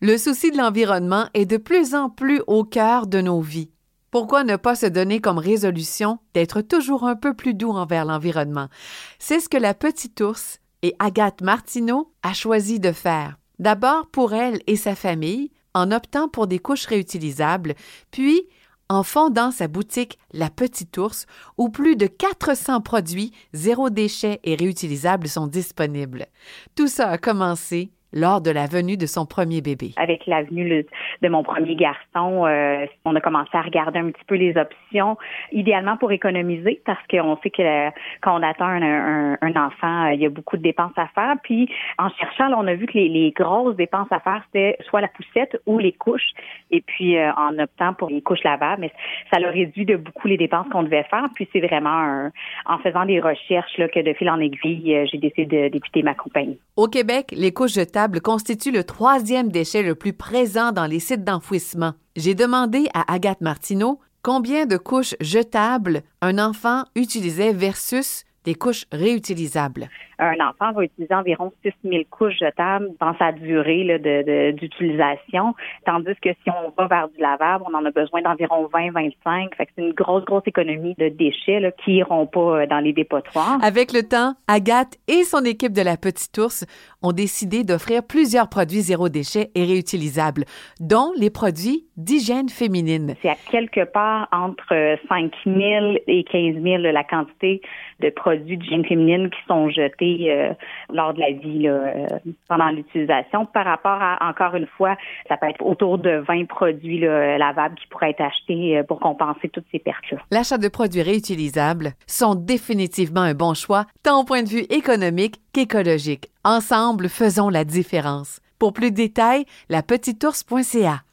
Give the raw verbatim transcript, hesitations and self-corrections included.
Le souci de l'environnement est de plus en plus au cœur de nos vies. Pourquoi ne pas se donner comme résolution d'être toujours un peu plus doux envers l'environnement? C'est ce que la petite ours et Agathe Martineau a choisi de faire. D'abord pour elle et sa famille, en optant pour des couches réutilisables, puis en fondant sa boutique La Petite Ours, où plus de quatre cents produits zéro déchet et réutilisables sont disponibles. Tout ça a commencé lors de la venue de son premier bébé. Avec la venue de mon premier garçon, euh, on a commencé à regarder un petit peu les options, idéalement pour économiser, parce qu'on sait que euh, quand on attend un, un, un enfant, euh, il y a beaucoup de dépenses à faire. Puis, en cherchant, là, on a vu que les, les grosses dépenses à faire, c'était soit la poussette ou les couches. Et puis, euh, en optant pour les couches lavables, mais ça l'a réduit de beaucoup les dépenses qu'on devait faire. Puis, c'est vraiment un, en faisant des recherches là, que de fil en aiguille, euh, j'ai décidé de débuter ma compagnie. Au Québec, les couches jetables constituent le troisième déchet le plus présent dans les sites d'enfouissement. J'ai demandé à Agathe Martineau combien de couches jetables un enfant utilisait versus des couches réutilisables. Un enfant va utiliser environ six mille couches jetables dans sa durée là, de, de, d'utilisation, tandis que si on va vers du lavable, on en a besoin d'environ vingt à vingt-cinq. Fait que c'est une grosse, grosse économie de déchets là, qui iront pas dans les dépotoirs. Avec le temps, Agathe et son équipe de La Petite Ours ont décidé d'offrir plusieurs produits zéro déchet et réutilisables, dont les produits d'hygiène féminine. C'est à quelque part entre cinq mille et quinze mille la quantité de produits d'hygiène féminine qui sont jetés Euh, lors de la vie, là, euh, pendant l'utilisation. Par rapport à, encore une fois, ça peut être autour de vingt produits là, lavables qui pourraient être achetés euh, pour compenser toutes ces pertes-là. L'achat de produits réutilisables sont définitivement un bon choix, tant au point de vue économique qu'écologique. Ensemble, faisons la différence. Pour plus de détails, la petite ours point c a.